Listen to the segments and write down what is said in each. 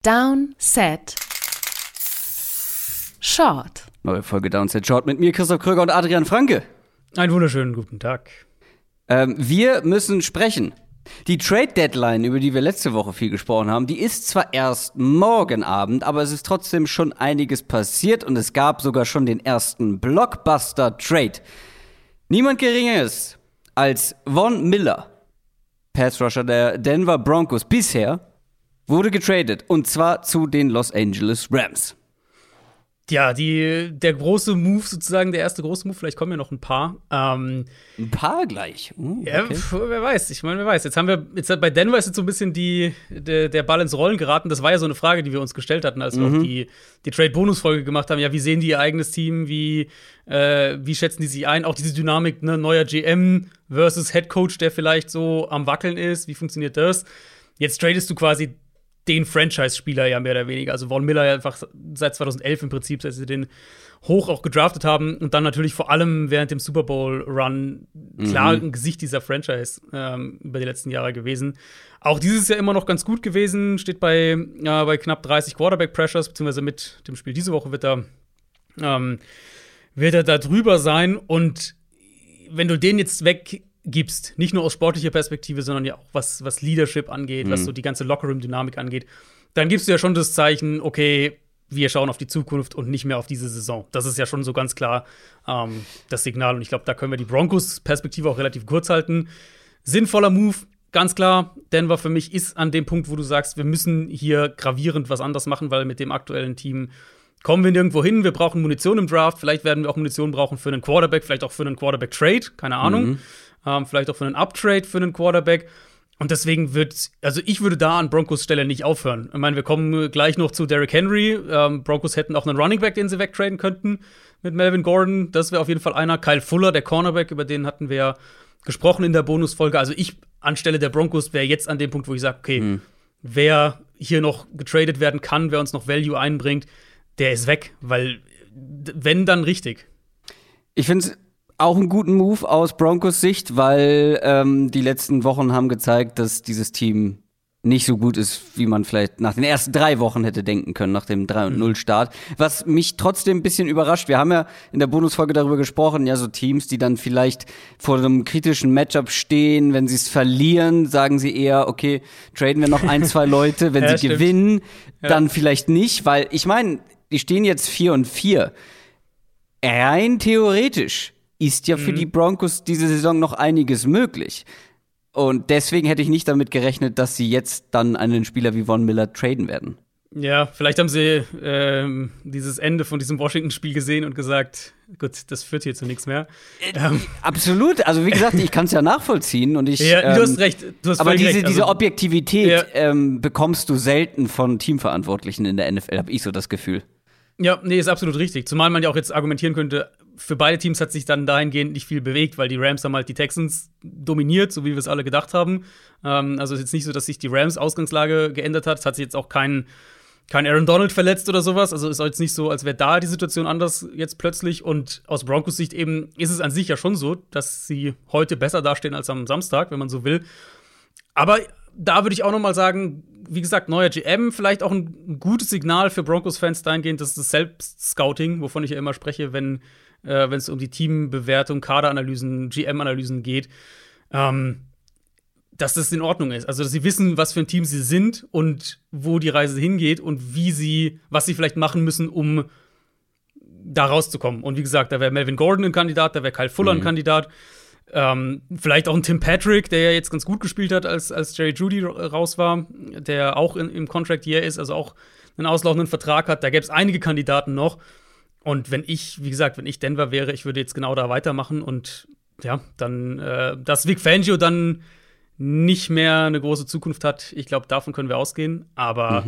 Down, Set, Short. Neue Folge Down, Set, Short mit mir, Christoph Kröger und Adrian Franke. Einen wunderschönen guten Tag. Wir müssen sprechen. Die Trade-Deadline, über die wir letzte Woche viel gesprochen haben, die ist zwar erst morgen Abend, aber es ist trotzdem schon einiges passiert und es gab sogar schon den ersten Blockbuster-Trade. Niemand Geringeres als Von Miller, Pass-Rusher der Denver Broncos, bisher wurde getradet und zwar zu den Los Angeles Rams. Ja, der große Move sozusagen, der erste große Move, vielleicht kommen ja noch ein paar. Ein paar gleich? Okay. Ja, wer weiß. Ich meine, wer weiß. Jetzt bei Denver ist jetzt so ein bisschen der Ball ins Rollen geraten. Das war ja so eine Frage, die wir uns gestellt hatten, als wir auch die Trade-Bonus-Folge gemacht haben. Ja, wie sehen die ihr eigenes Team? Wie schätzen die sich ein? Auch diese Dynamik, ne, neuer GM versus Head Coach, der vielleicht so am Wackeln ist. Wie funktioniert das? Jetzt tradest du quasi den Franchise-Spieler ja mehr oder weniger. Also Von Miller ja einfach seit 2011 im Prinzip, seit sie den hoch auch gedraftet haben und dann natürlich vor allem während dem Super Bowl-Run klar ein Gesicht dieser Franchise über die letzten Jahre gewesen. Auch dieses Jahr immer noch ganz gut gewesen, steht bei knapp 30 Quarterback-Pressures, beziehungsweise mit dem Spiel diese Woche wird er da drüber sein. Und wenn du den jetzt weggibst, nicht nur aus sportlicher Perspektive, sondern ja auch was Leadership angeht, was so die ganze Lockerroom-Dynamik angeht, dann gibst du ja schon das Zeichen, okay, wir schauen auf die Zukunft und nicht mehr auf diese Saison. Das ist ja schon so ganz klar das Signal. Und ich glaube, da können wir die Broncos-Perspektive auch relativ kurz halten. Sinnvoller Move, ganz klar. Denver für mich ist an dem Punkt, wo du sagst, wir müssen hier gravierend was anderes machen, weil mit dem aktuellen Team kommen wir nirgendwo hin. Wir brauchen Munition im Draft. Vielleicht werden wir auch Munition brauchen für einen Quarterback, vielleicht auch für einen Quarterback-Trade, keine Ahnung. Vielleicht auch für einen Uptrade für einen Quarterback. Und deswegen ich würde da an Broncos Stelle nicht aufhören. Ich meine, wir kommen gleich noch zu Derrick Henry. Broncos hätten auch einen Running Back, den sie wegtraden könnten mit Melvin Gordon. Das wäre auf jeden Fall einer. Kyle Fuller, der Cornerback, über den hatten wir ja gesprochen in der Bonusfolge. Also ich anstelle der Broncos wäre jetzt an dem Punkt, wo ich sage, okay, wer hier noch getradet werden kann, wer uns noch Value einbringt, der ist weg. Weil, wenn, dann richtig. Ich finde es auch einen guten Move aus Broncos Sicht, weil die letzten Wochen haben gezeigt, dass dieses Team nicht so gut ist, wie man vielleicht nach den ersten 3 Wochen hätte denken können, nach dem 3-0-Start. Was mich trotzdem ein bisschen überrascht, wir haben ja in der Bonusfolge darüber gesprochen, ja, so Teams, die dann vielleicht vor einem kritischen Matchup stehen, wenn sie es verlieren, sagen sie eher, okay, traden wir noch 1, 2 Leute, wenn sie gewinnen, dann vielleicht nicht, weil ich meine, die stehen jetzt 4-4. Rein theoretisch ist ja für die Broncos diese Saison noch einiges möglich. Und deswegen hätte ich nicht damit gerechnet, dass sie jetzt dann einen Spieler wie Von Miller traden werden. Ja, vielleicht haben sie dieses Ende von diesem Washington-Spiel gesehen und gesagt, gut, das führt hier zu nichts mehr. Absolut, also wie gesagt, ich kann es ja nachvollziehen. Und du hast recht. Aber diese Objektivität bekommst du selten von Teamverantwortlichen in der NFL, habe ich so das Gefühl. Ja, nee, ist absolut richtig. Zumal man ja auch jetzt argumentieren könnte, für beide Teams hat sich dann dahingehend nicht viel bewegt, weil die Rams haben halt die Texans dominiert, so wie wir es alle gedacht haben. Also ist jetzt nicht so, dass sich die Rams-Ausgangslage geändert hat. Es hat sich jetzt auch kein Aaron Donald verletzt oder sowas. Also ist auch jetzt nicht so, als wäre da die Situation anders jetzt plötzlich. Und aus Broncos Sicht eben ist es an sich ja schon so, dass sie heute besser dastehen als am Samstag, wenn man so will. Aber da würde ich auch noch mal sagen, wie gesagt, neuer GM, vielleicht auch ein gutes Signal für Broncos-Fans dahingehend, dass das Selbstscouting, wovon ich ja immer spreche, wenn es um die Teambewertung, Kaderanalysen, GM-Analysen geht, dass das in Ordnung ist. Also, dass sie wissen, was für ein Team sie sind und wo die Reise hingeht und was sie vielleicht machen müssen, um da rauszukommen. Und wie gesagt, da wäre Melvin Gordon ein Kandidat, da wäre Kyle Fuller ein Kandidat. Vielleicht auch ein Tim Patrick, der ja jetzt ganz gut gespielt hat, als Jerry Jeudy raus war, der auch im Contract Year ist, also auch einen auslaufenden Vertrag hat. Da gäbe es einige Kandidaten noch. Und wenn ich Denver wäre, ich würde jetzt genau da weitermachen und ja, dann, dass Vic Fangio dann nicht mehr eine große Zukunft hat, ich glaube, davon können wir ausgehen. Aber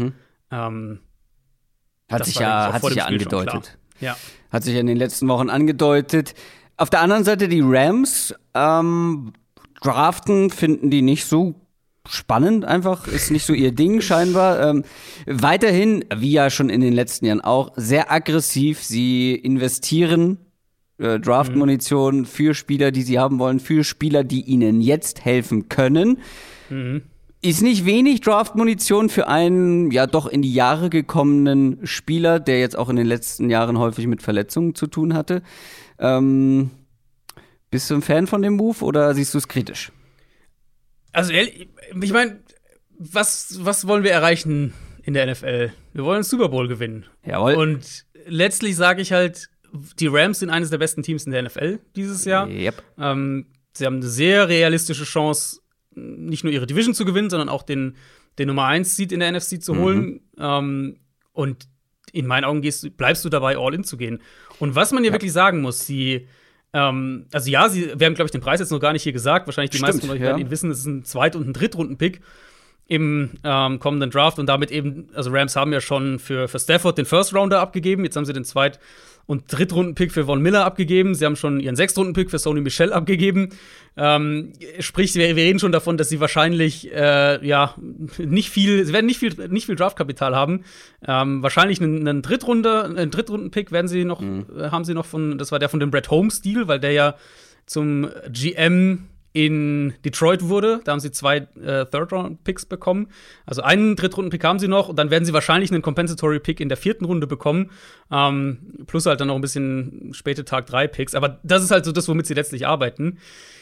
hat sich ja angedeutet. Ja. Hat sich ja in den letzten Wochen angedeutet. Auf der anderen Seite die Rams draften finden die nicht so spannend, einfach ist nicht so ihr Ding scheinbar. Weiterhin, wie ja schon in den letzten Jahren auch, sehr aggressiv. Sie investieren Draft-Munition für Spieler, die sie haben wollen, für Spieler, die ihnen jetzt helfen können. ist nicht wenig Draft-Munition für einen ja doch in die Jahre gekommenen Spieler, der jetzt auch in den letzten Jahren häufig mit Verletzungen zu tun hatte. Bist du ein Fan von dem Move oder siehst du es kritisch? Also, ich meine, was wollen wir erreichen in der NFL? Wir wollen einen Super Bowl gewinnen. Jawohl. Und letztlich sage ich halt, die Rams sind eines der besten Teams in der NFL dieses Jahr. Yep. Sie haben eine sehr realistische Chance, nicht nur ihre Division zu gewinnen, sondern auch den Nummer 1 Seed in der NFC zu holen. Und in meinen Augen bleibst du dabei, all in zu gehen. Und was man hier wirklich sagen muss, wir haben, glaube ich, den Preis jetzt noch gar nicht hier gesagt. Wahrscheinlich die meisten von euch werden ihn wissen, es ist ein Zweit- und ein Drittrunden-Pick im kommenden Draft. Und damit eben, also Rams haben ja schon für Stafford den First-Rounder abgegeben. Jetzt haben sie den Zweit- und Drittrunden-Pick für Von Miller abgegeben. Sie haben schon ihren Sechstrunden-Pick für Sony Michel abgegeben. Sprich, wir reden schon davon, dass sie wahrscheinlich sie werden nicht viel Draftkapital haben. Wahrscheinlich einen Drittrunden-Pick werden sie noch, haben sie noch das war der von dem Brett Holmes-Deal, weil der ja zum GM in Detroit wurde. Da haben sie 2 Third-Round-Picks bekommen. Also einen Drittrunden-Pick haben sie noch und dann werden sie wahrscheinlich einen Compensatory-Pick in der 4. Runde bekommen. Plus halt dann noch ein bisschen späte Tag-3-Picks. Aber das ist halt so das, womit sie letztlich arbeiten.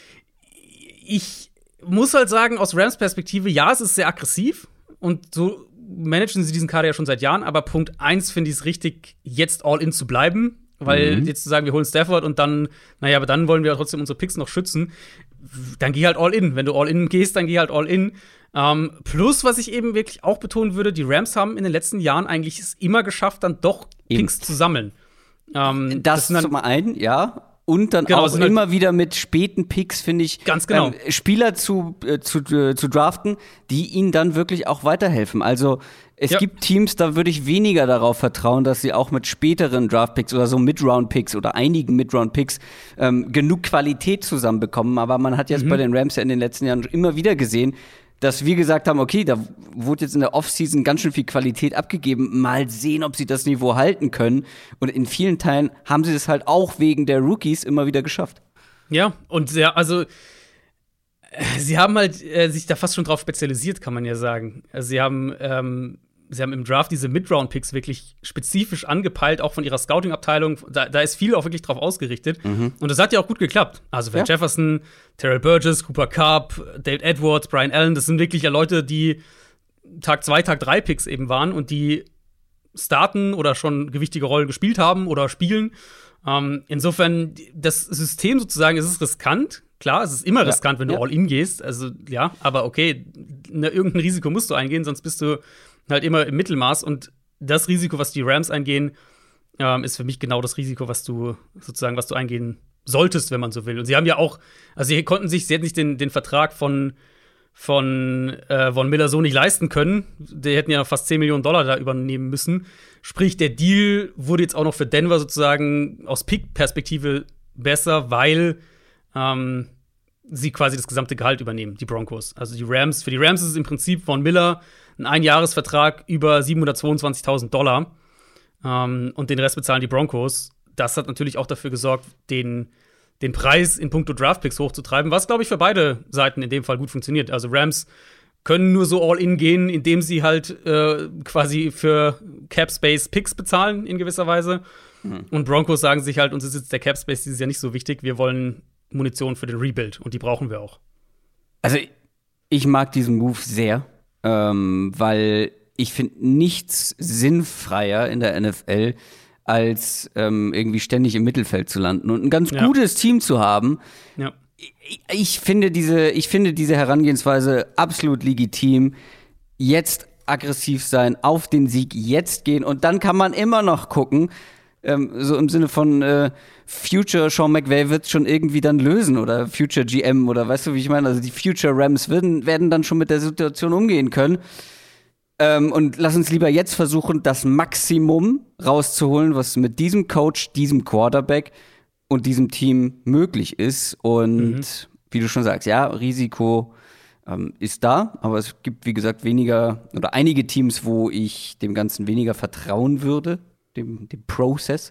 Ich muss halt sagen, aus Rams Perspektive, ja, es ist sehr aggressiv und so managen sie diesen Kader ja schon seit Jahren. Aber Punkt 1 finde ich es richtig, jetzt all in zu bleiben. Weil jetzt zu sagen, wir holen Stafford und dann, aber dann wollen wir ja trotzdem unsere Picks noch schützen. Dann geh halt all in. Wenn du all in gehst, dann geh halt all in. Plus, was ich eben wirklich auch betonen würde, die Rams haben in den letzten Jahren eigentlich es immer geschafft, dann doch Picks zu sammeln. Das zum einen, ja. Und dann auch immer wieder mit späten Picks, finde ich, ganz genau. Spieler zu draften, die ihnen dann wirklich auch weiterhelfen. Also es gibt Teams, da würde ich weniger darauf vertrauen, dass sie auch mit späteren Draft-Picks oder so Mid-Round-Picks oder einigen Mid-Round-Picks genug Qualität zusammenbekommen. Aber man hat jetzt bei den Rams ja in den letzten Jahren immer wieder gesehen, dass wir gesagt haben, okay, da wurde jetzt in der Offseason ganz schön viel Qualität abgegeben. Mal sehen, ob sie das Niveau halten können. Und in vielen Teilen haben sie das halt auch wegen der Rookies immer wieder geschafft. Ja, und sie haben halt sich da fast schon drauf spezialisiert, kann man ja sagen. Also sie haben im Draft diese Mid-Round-Picks wirklich spezifisch angepeilt, auch von ihrer Scouting-Abteilung. Da ist viel auch wirklich drauf ausgerichtet. Und das hat ja auch gut geklappt. Also Van Jefferson, Terrell Burgess, Cooper Kupp, David Edwards, Brian Allen, das sind wirklich ja Leute, die Tag 2, Tag 3 Picks eben waren und die starten oder schon gewichtige Rollen gespielt haben oder spielen. Insofern, das System sozusagen, es ist riskant. Klar, es ist immer riskant, wenn du all in gehst. Also, ja, aber okay, irgendein Risiko musst du eingehen, sonst bist du halt immer im Mittelmaß. Und das Risiko, was die Rams eingehen, ist für mich genau das Risiko, was du eingehen solltest, wenn man so will. Und sie haben ja auch, also sie hätten sich den Vertrag von Von Miller so nicht leisten können. Die hätten ja fast $10 Millionen da übernehmen müssen. Sprich, der Deal wurde jetzt auch noch für Denver sozusagen aus Pick-Perspektive besser, weil sie quasi das gesamte Gehalt übernehmen, die Broncos. Also für die Rams ist es im Prinzip Von Miller ein Einjahresvertrag über $722.000 und den Rest bezahlen die Broncos. Das hat natürlich auch dafür gesorgt, den Preis in puncto Draftpicks hochzutreiben, was, glaube ich, für beide Seiten in dem Fall gut funktioniert. Also Rams können nur so all-in gehen, indem sie halt quasi für Cap-Space Picks bezahlen in gewisser Weise. Und Broncos sagen sich halt, uns ist jetzt der Cap-Space dieses Jahr nicht so wichtig, wir wollen Munition für den Rebuild und die brauchen wir auch. Also ich mag diesen Move sehr, weil ich finde nichts sinnfreier in der NFL, als irgendwie ständig im Mittelfeld zu landen und ein ganz gutes Team zu haben. Ja. Ich finde diese Herangehensweise absolut legitim. Jetzt aggressiv sein, auf den Sieg jetzt gehen und dann kann man immer noch gucken, so im Sinne von Future Sean McVay wird schon irgendwie dann lösen oder Future GM oder weißt du, wie ich meine? Also die Future Rams werden dann schon mit der Situation umgehen können. Und lass uns lieber jetzt versuchen, das Maximum rauszuholen, was mit diesem Coach, diesem Quarterback und diesem Team möglich ist. Und wie du schon sagst, ja, Risiko ist da, aber es gibt, wie gesagt, weniger oder einige Teams, wo ich dem Ganzen weniger vertrauen würde, dem Prozess.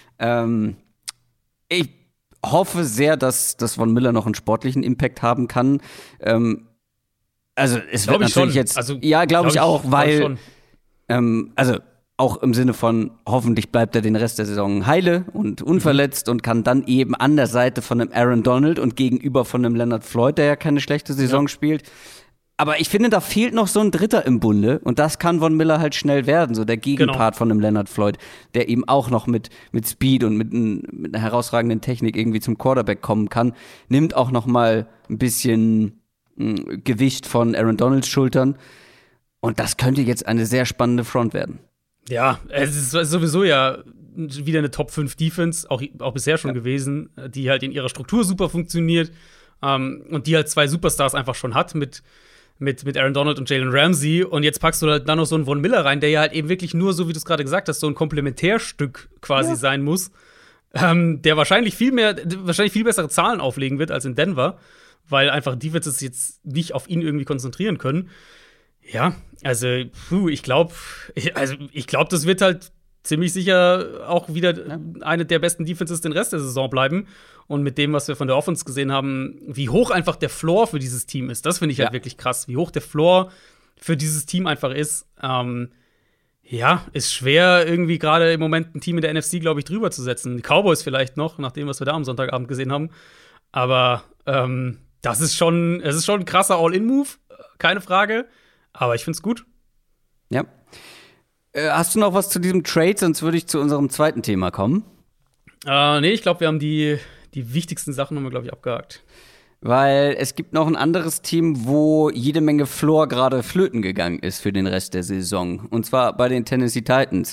Ich hoffe sehr, dass Von Miller noch einen sportlichen Impact haben kann. Also es wird natürlich schon. jetzt, Also, ja, glaube ich auch, weil, schon. also auch im Sinne von, hoffentlich bleibt er den Rest der Saison heile und unverletzt und kann dann eben an der Seite von einem Aaron Donald und gegenüber von einem Leonard Floyd, der ja keine schlechte Saison spielt. Aber ich finde, da fehlt noch so ein Dritter im Bunde und das kann Von Miller halt schnell werden, so der Gegenpart von einem Leonard Floyd, der eben auch noch mit Speed und mit einer herausragenden Technik irgendwie zum Quarterback kommen kann, nimmt auch noch mal ein bisschen Gewicht von Aaron Donalds Schultern und das könnte jetzt eine sehr spannende Front werden. Ja, es ist sowieso ja wieder eine Top 5 Defense, auch bisher schon gewesen, die halt in ihrer Struktur super funktioniert und die halt 2 Superstars einfach schon hat mit Aaron Donald und Jalen Ramsey. Und jetzt packst du halt dann noch so einen Von Miller rein, der ja halt eben wirklich nur, so wie du es gerade gesagt hast, so ein Komplementärstück quasi sein muss, der wahrscheinlich viel bessere Zahlen auflegen wird als in Denver, weil einfach Defenses jetzt nicht auf ihn irgendwie konzentrieren können. Ja, also ich glaube, das wird halt ziemlich sicher auch wieder eine der besten Defenses den Rest der Saison bleiben. Und mit dem, was wir von der Offense gesehen haben, wie hoch einfach der Floor für dieses Team ist, das finde ich halt wirklich krass. Wie hoch der Floor für dieses Team einfach ist. Ist schwer, irgendwie gerade im Moment ein Team in der NFC, glaube ich, drüber zu setzen. Die Cowboys vielleicht noch, nach dem, was wir da am Sonntagabend gesehen haben. Aber es ist schon ein krasser All-In-Move, keine Frage. Aber ich finde es gut. Ja. Hast du noch was zu diesem Trade? Sonst würde ich zu unserem zweiten Thema kommen. Nee, ich glaube, wir haben die wichtigsten Sachen haben wir, glaube ich, abgehakt. Weil es gibt noch ein anderes Team, wo jede Menge Floor gerade flöten gegangen ist für den Rest der Saison. Und zwar bei den Tennessee Titans.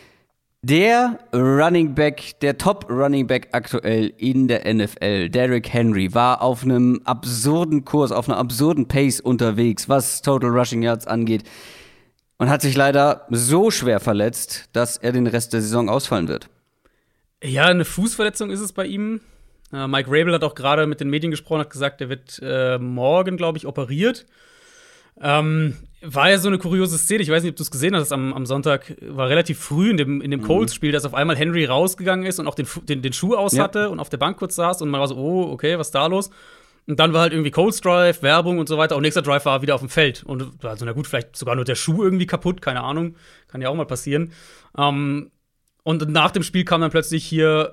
Der Top Running Back aktuell in der NFL, Derrick Henry, war auf einem absurden Kurs, auf einer absurden Pace unterwegs, was Total Rushing Yards angeht. Und hat sich leider so schwer verletzt, dass er den Rest der Saison ausfallen wird. Ja, eine Fußverletzung ist es bei ihm. Mike Vrabel hat auch gerade mit den Medien gesprochen, hat gesagt, er wird morgen, glaube ich, operiert. War ja so eine kuriose Szene. Ich weiß nicht, ob du es gesehen hast. Am Sonntag war relativ früh in dem Colts-Spiel, dass auf einmal Henry rausgegangen ist und auch den Schuh aus hatte und auf der Bank kurz saß und man war so, oh, okay, was ist da los? Und dann war halt irgendwie Colts Drive, Werbung und so weiter. Und nächster Drive war wieder auf dem Feld. Und also, na gut, vielleicht sogar nur der Schuh irgendwie kaputt, keine Ahnung. Kann ja auch mal passieren. Und nach dem Spiel kam dann plötzlich hier,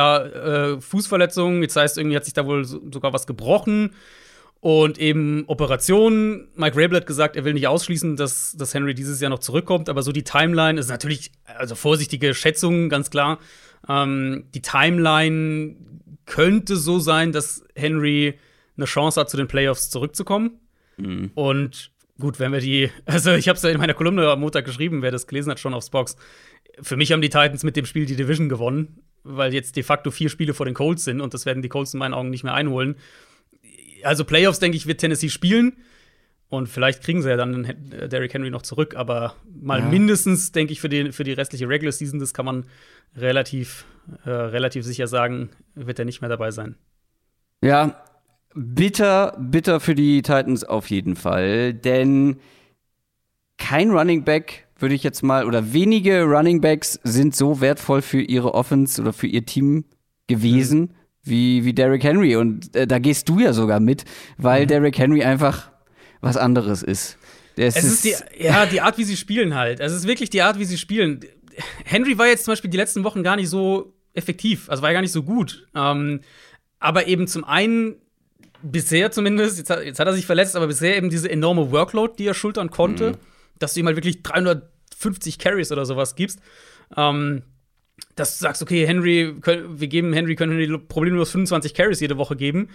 Fußverletzung. Jetzt heißt, irgendwie hat sich da wohl sogar was gebrochen. Und eben Operationen. Mike Vrabel hat gesagt, er will nicht ausschließen, dass Henry dieses Jahr noch zurückkommt. Aber so die Timeline ist natürlich, also vorsichtige Schätzungen, ganz klar. Die Timeline könnte so sein, dass Henry eine Chance hat, zu den Playoffs zurückzukommen. Mhm. Und gut, wenn wir also ich habe es ja in meiner Kolumne am Montag geschrieben, wer das gelesen hat, schon aufs Box. Für mich haben die Titans mit dem Spiel die Division gewonnen, weil jetzt de facto 4 Spiele vor den Colts sind und das werden die Colts in meinen Augen nicht mehr einholen. Also Playoffs, denke ich, wird Tennessee spielen und vielleicht kriegen sie ja dann Derrick Henry noch zurück, aber mindestens, denke ich, für die restliche Regular Season, das kann man relativ sicher sagen, wird er nicht mehr dabei sein. Ja, bitter für die Titans auf jeden Fall, denn kein Running Back, würde ich jetzt mal, oder wenige Running Backs sind so wertvoll für ihre Offense oder für ihr Team gewesen wie Derrick Henry. Und da gehst du ja sogar mit, weil Derrick Henry einfach was anderes ist. Es ist die Art, wie sie spielen halt. Es ist wirklich die Art, wie sie spielen. Henry war jetzt zum Beispiel die letzten Wochen gar nicht so effektiv, also war ja gar nicht so gut. Aber eben zum einen bisher zumindest, jetzt hat er sich verletzt, aber bisher eben diese enorme Workload, die er schultern konnte, dass du ihm halt wirklich 350 Carries oder sowas gibst. Dass du sagst, okay, können Henry problemlos 25 Carries jede Woche geben.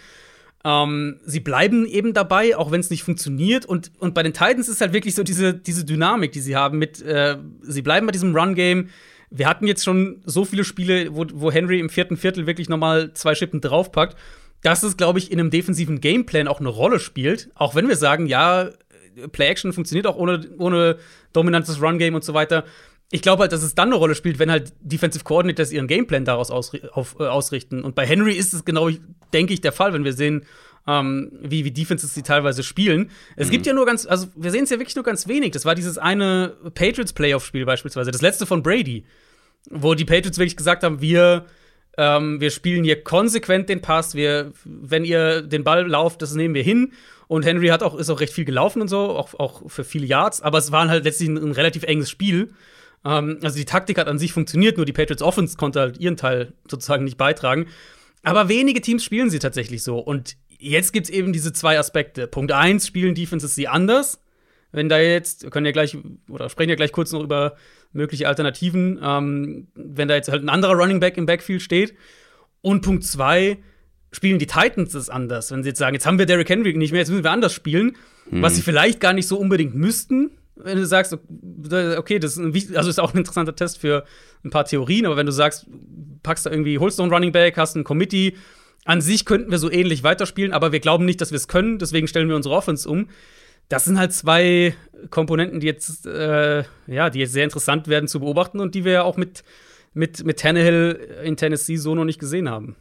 Sie bleiben eben dabei, auch wenn es nicht funktioniert. Und bei den Titans ist halt wirklich so diese Dynamik, die sie haben sie bleiben bei diesem Run-Game. Wir hatten jetzt schon so viele Spiele, wo Henry im 4. Viertel wirklich nochmal 2 Schippen draufpackt, dass es, glaube ich, in einem defensiven Gameplan auch eine Rolle spielt. Auch wenn wir sagen, ja, Play-Action funktioniert auch ohne dominantes Run-Game und so weiter. Ich glaube halt, dass es dann eine Rolle spielt, wenn halt Defensive Coordinators ihren Gameplan daraus ausrichten. Und bei Henry ist es genau, denke ich, der Fall, wenn wir sehen, wie Defenses sie teilweise spielen. Es gibt ja wir sehen es ja wirklich nur ganz wenig. Das war dieses eine Patriots-Playoff-Spiel beispielsweise, das letzte von Brady, wo die Patriots wirklich gesagt haben, wir Wir spielen hier konsequent den Pass. Wenn ihr den Ball lauft, das nehmen wir hin. Und Henry ist auch recht viel gelaufen und so, auch für viele Yards. Aber es war halt letztlich ein relativ enges Spiel. Also die Taktik hat an sich funktioniert, nur die Patriots Offense konnte halt ihren Teil sozusagen nicht beitragen. Aber wenige Teams spielen sie tatsächlich so. Und jetzt gibt's eben diese 2 Aspekte. Punkt 1, spielen Defenses sie anders. Wenn da jetzt, wir können ja gleich, oder sprechen ja gleich kurz noch über mögliche Alternativen, wenn da jetzt halt ein anderer Running Back im Backfield steht. Und Punkt 2, spielen die Titans es anders. Wenn sie jetzt sagen, jetzt haben wir Derrick Henry nicht mehr, jetzt müssen wir anders spielen, was sie vielleicht gar nicht so unbedingt müssten. Wenn du sagst, okay, das ist auch ein interessanter Test für ein paar Theorien, aber wenn du sagst, holst noch einen Running Back, hast einen Committee, an sich könnten wir so ähnlich weiterspielen, aber wir glauben nicht, dass wir es können, deswegen stellen wir unsere Offense um. Das sind halt 2 Komponenten, die jetzt sehr interessant werden zu beobachten und die wir ja auch mit Tannehill in Tennessee so noch nicht gesehen haben.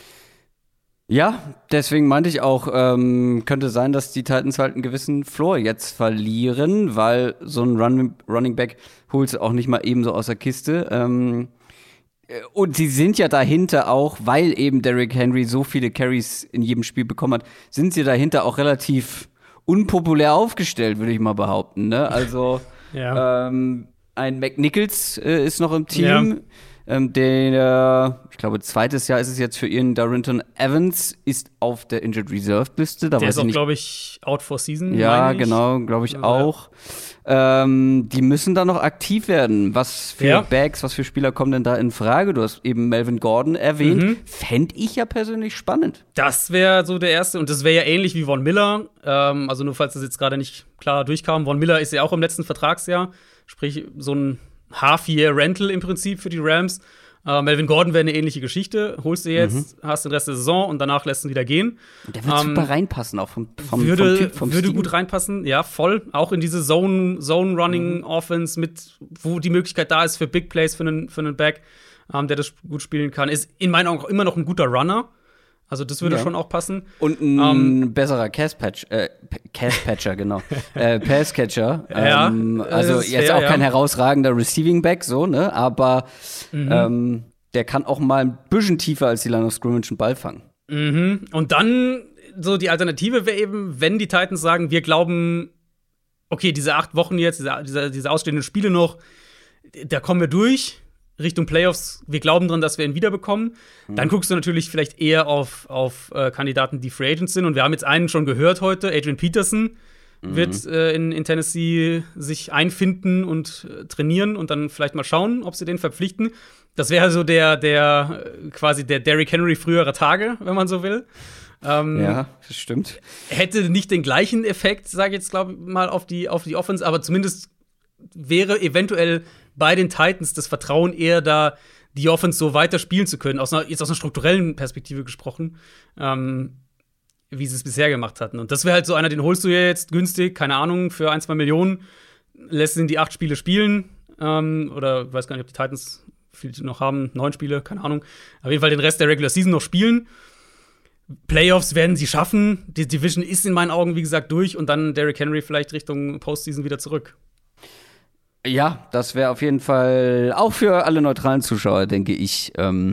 Ja, deswegen meinte ich auch, könnte sein, dass die Titans halt einen gewissen Floor jetzt verlieren, weil so ein Running Back holst du auch nicht mal eben so aus der Kiste. Und sie sind ja dahinter auch, weil eben Derrick Henry so viele Carries in jedem Spiel bekommen hat, sind sie dahinter auch relativ unpopulär aufgestellt, würde ich mal behaupten. Ne? Also ein McNichols ist noch im Team. Ja. Ich glaube, zweites Jahr ist es jetzt für ihn. Darrington Evans ist auf der Injured Reserve Liste. Der ist auch, glaube ich, out for season. Ja, genau, glaube ich auch. Die müssen da noch aktiv werden. Was für Backs, was für Spieler kommen denn da in Frage? Du hast eben Melvin Gordon erwähnt. Fände ich ja persönlich spannend. Das wäre so der erste. Und das wäre ja ähnlich wie Von Miller. Also nur falls das jetzt gerade nicht klar durchkam. Von Miller ist ja auch im letzten Vertragsjahr. Sprich, so ein Half-Year-Rental im Prinzip für die Rams. Melvin Gordon wäre eine ähnliche Geschichte. Holst du jetzt, hast den Rest der Saison und danach lässt du ihn wieder gehen. Der wird super reinpassen, auch vom Typ, vom würde Stil. gut reinpassen, ja, voll. Auch in diese Zone-Running-Offense wo die Möglichkeit da ist für Big Plays für einen Back, der das gut spielen kann. Ist in meinen Augen auch immer noch ein guter Runner. Also das würde schon auch passen. Und ein besserer Pass-Catcher, genau. Pass-Catcher. Also jetzt auch kein herausragender Receiving-Back, so, ne? Aber der kann auch mal ein bisschen tiefer als die Line of Scrimmage einen Ball fangen. Und dann, so die Alternative wäre eben, wenn die Titans sagen, wir glauben, okay, diese 8 Wochen jetzt, diese ausstehenden Spiele noch, da kommen wir durch. Richtung Playoffs, wir glauben dran, dass wir ihn wiederbekommen. Dann guckst du natürlich vielleicht eher auf Kandidaten, die Free Agents sind. Und wir haben jetzt einen schon gehört heute, Adrian Peterson wird in Tennessee sich einfinden und trainieren und dann vielleicht mal schauen, ob sie den verpflichten. Das wäre so der quasi der Derrick Henry früherer Tage, wenn man so will. Ja, das stimmt. Hätte nicht den gleichen Effekt, sage ich jetzt, glaube ich, mal auf die Offense, aber zumindest wäre eventuell bei den Titans das Vertrauen eher da, die Offense so weiter spielen zu können, jetzt aus einer strukturellen Perspektive gesprochen, wie sie es bisher gemacht hatten. Und das wäre halt so einer, den holst du ja jetzt günstig, keine Ahnung, für 1-2 Millionen, lässt ihn die 8 Spiele spielen, oder weiß gar nicht, ob die Titans viel noch haben, 9 Spiele, keine Ahnung. Auf jeden Fall den Rest der Regular Season noch spielen. Playoffs werden sie schaffen. Die Division ist in meinen Augen, wie gesagt, durch und dann Derrick Henry vielleicht Richtung Postseason wieder zurück. Ja, das wäre auf jeden Fall auch für alle neutralen Zuschauer, denke ich,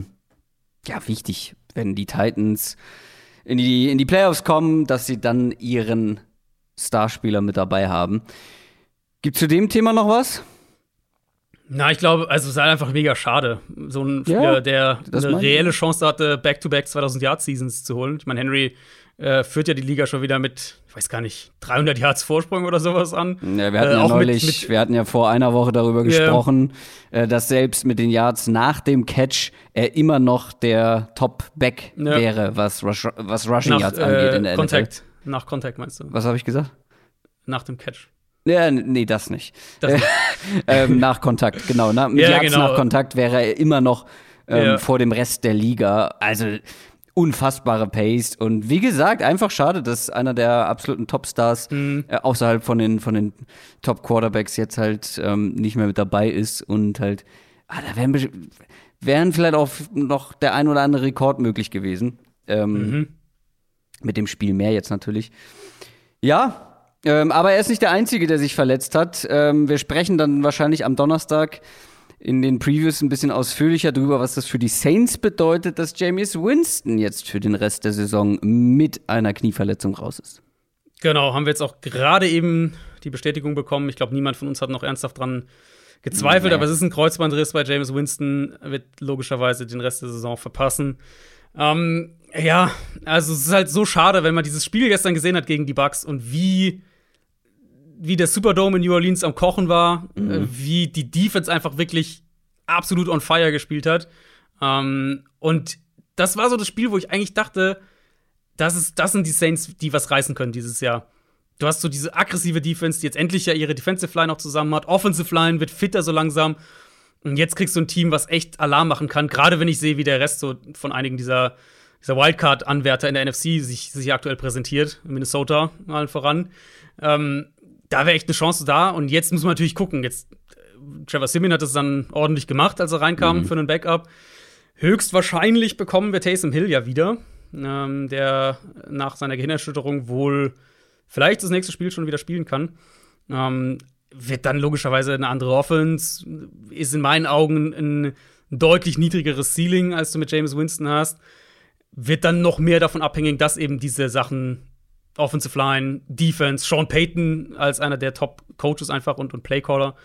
wichtig, wenn die Titans in die Playoffs kommen, dass sie dann ihren Starspieler mit dabei haben. Gibt zu dem Thema noch was? Na, ich glaube, also es ist einfach mega schade, so ein Spieler, der eine reelle Chance hatte, Back-to-Back 2000-Yard-Seasons zu holen. Ich meine, Henry führt ja die Liga schon wieder mit, ich weiß gar nicht, 300 Yards Vorsprung oder sowas an. Ja, wir hatten wir hatten ja vor einer Woche darüber gesprochen, dass selbst mit den Yards nach dem Catch er immer noch der Top-Back wäre, was Rushing Yards angeht in der NFL. Nach Contact meinst du? Was habe ich gesagt? Nach dem Catch. Ja, nee, das nicht. Nach Kontakt, genau. Nach Kontakt wäre er immer noch vor dem Rest der Liga. Also unfassbare Pace. Und wie gesagt, einfach schade, dass einer der absoluten Topstars außerhalb von den Top-Quarterbacks jetzt halt nicht mehr mit dabei ist. Und halt, da wären vielleicht auch noch der ein oder andere Rekord möglich gewesen. Mit dem Spiel mehr jetzt natürlich. Ja, aber er ist nicht der Einzige, der sich verletzt hat. Wir sprechen dann wahrscheinlich am Donnerstag in den Previews ein bisschen ausführlicher drüber, was das für die Saints bedeutet, dass Jameis Winston jetzt für den Rest der Saison mit einer Knieverletzung raus ist. Genau, haben wir jetzt auch gerade eben die Bestätigung bekommen. Ich glaube, niemand von uns hat noch ernsthaft dran gezweifelt, aber es ist ein Kreuzbandriss bei Jameis Winston, wird logischerweise den Rest der Saison verpassen. Ja, also es ist halt so schade, wenn man dieses Spiel gestern gesehen hat gegen die Bucks und wie der Superdome in New Orleans am Kochen war, wie die Defense einfach wirklich absolut on fire gespielt hat. Und das war so das Spiel, wo ich eigentlich dachte, das sind die Saints, die was reißen können dieses Jahr. Du hast so diese aggressive Defense, die jetzt endlich ja ihre Defensive Line auch zusammen hat. Offensive Line wird fitter so langsam. Und jetzt kriegst du ein Team, was echt Alarm machen kann. Gerade wenn ich sehe, wie der Rest so von einigen dieser Wildcard-Anwärter in der NFC sich aktuell präsentiert. Minnesota allen voran. Da wäre echt eine Chance da. Und jetzt muss man natürlich gucken. Jetzt, Trevor Siemian hat es dann ordentlich gemacht, als er reinkam für einen Backup. Höchstwahrscheinlich bekommen wir Taysom Hill ja wieder. Der nach seiner Gehirnerschütterung wohl vielleicht das nächste Spiel schon wieder spielen kann. Wird dann logischerweise eine andere Offense. Ist in meinen Augen ein deutlich niedrigeres Ceiling, als du mit Jameis Winston hast. Wird dann noch mehr davon abhängig, dass eben diese Sachen Offensive Line, Defense, Sean Payton als einer der Top-Coaches einfach und Playcaller,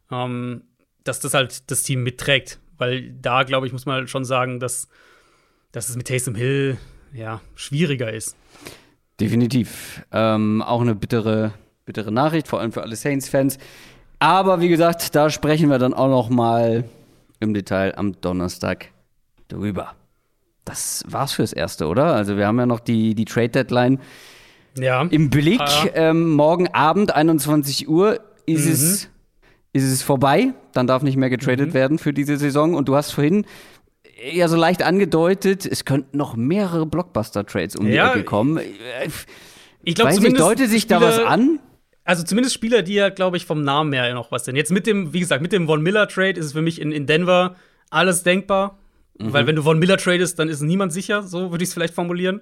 dass das halt das Team mitträgt. Weil da, glaube ich, muss man schon sagen, dass es mit Taysom Hill schwieriger ist. Definitiv. Auch eine bittere Nachricht, vor allem für alle Saints-Fans. Aber wie gesagt, da sprechen wir dann auch noch mal im Detail am Donnerstag drüber. Das war's fürs Erste, oder? Also wir haben ja noch die Trade-Deadline im Blick. Morgen Abend, 21 Uhr, ist es vorbei. Dann darf nicht mehr getradet werden für diese Saison. Und du hast vorhin ja so leicht angedeutet, es könnten noch mehrere Blockbuster-Trades um die Ecke kommen. Ich glaube, zumindest deutet sich da was an? Also zumindest Spieler, die ja, glaube ich, vom Namen her noch was sind. Jetzt mit dem Von Miller-Trade ist es für mich in Denver alles denkbar. Weil wenn du Von Miller tradest, dann ist niemand sicher, so würde ich es vielleicht formulieren.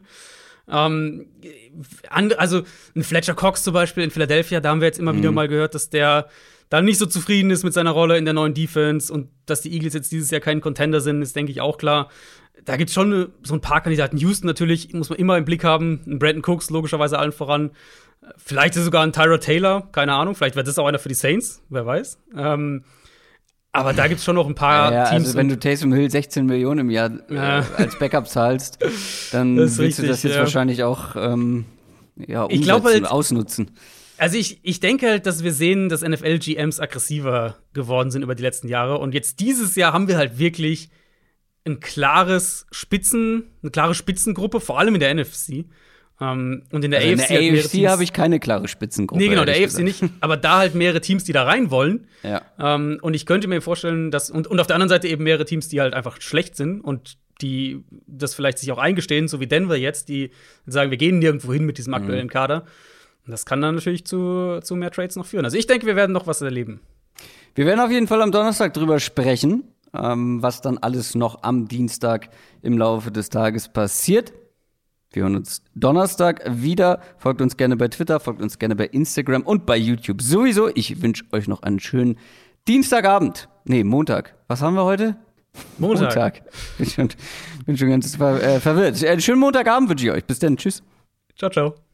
Also ein Fletcher Cox zum Beispiel in Philadelphia, da haben wir jetzt immer wieder mal gehört, dass der dann nicht so zufrieden ist mit seiner Rolle in der neuen Defense und dass die Eagles jetzt dieses Jahr kein Contender sind, ist, denke ich, auch klar. Da gibt es schon so ein paar Kandidaten. Houston natürlich, muss man immer im Blick haben. Ein Brandon Cooks, logischerweise allen voran. Vielleicht ist sogar ein Tyrod Taylor, keine Ahnung. Vielleicht wäre das auch einer für die Saints, wer weiß. Aber da gibt es schon noch ein paar Teams. Also wenn du Taysom Hill 16 Millionen im Jahr als Backup zahlst, dann willst du das jetzt wahrscheinlich auch ausnutzen. Also ich denke halt, dass wir sehen, dass NFL-GMs aggressiver geworden sind über die letzten Jahre. Und jetzt dieses Jahr haben wir halt wirklich eine klare Spitzengruppe, vor allem in der NFC. Und in der AFC in der AFC habe ich keine klare Spitzengruppe. Nee, genau, der AFC nicht. Aber da halt mehrere Teams, die da rein wollen. Ja. Und ich könnte mir vorstellen, dass und auf der anderen Seite eben mehrere Teams, die halt einfach schlecht sind und die das vielleicht sich auch eingestehen, so wie Denver jetzt, die sagen, wir gehen nirgendwo hin mit diesem aktuellen Kader. Und das kann dann natürlich zu mehr Trades noch führen. Also ich denke, wir werden noch was erleben. Wir werden auf jeden Fall am Donnerstag drüber sprechen, was dann alles noch am Dienstag im Laufe des Tages passiert. Wir hören uns Donnerstag wieder. Folgt uns gerne bei Twitter, folgt uns gerne bei Instagram und bei YouTube sowieso. Ich wünsche euch noch einen schönen Dienstagabend. Nee, Montag. Was haben wir heute? Montag. Bin schon ganz verwirrt. Einen schönen Montagabend wünsche ich euch. Bis dann. Tschüss. Ciao, ciao.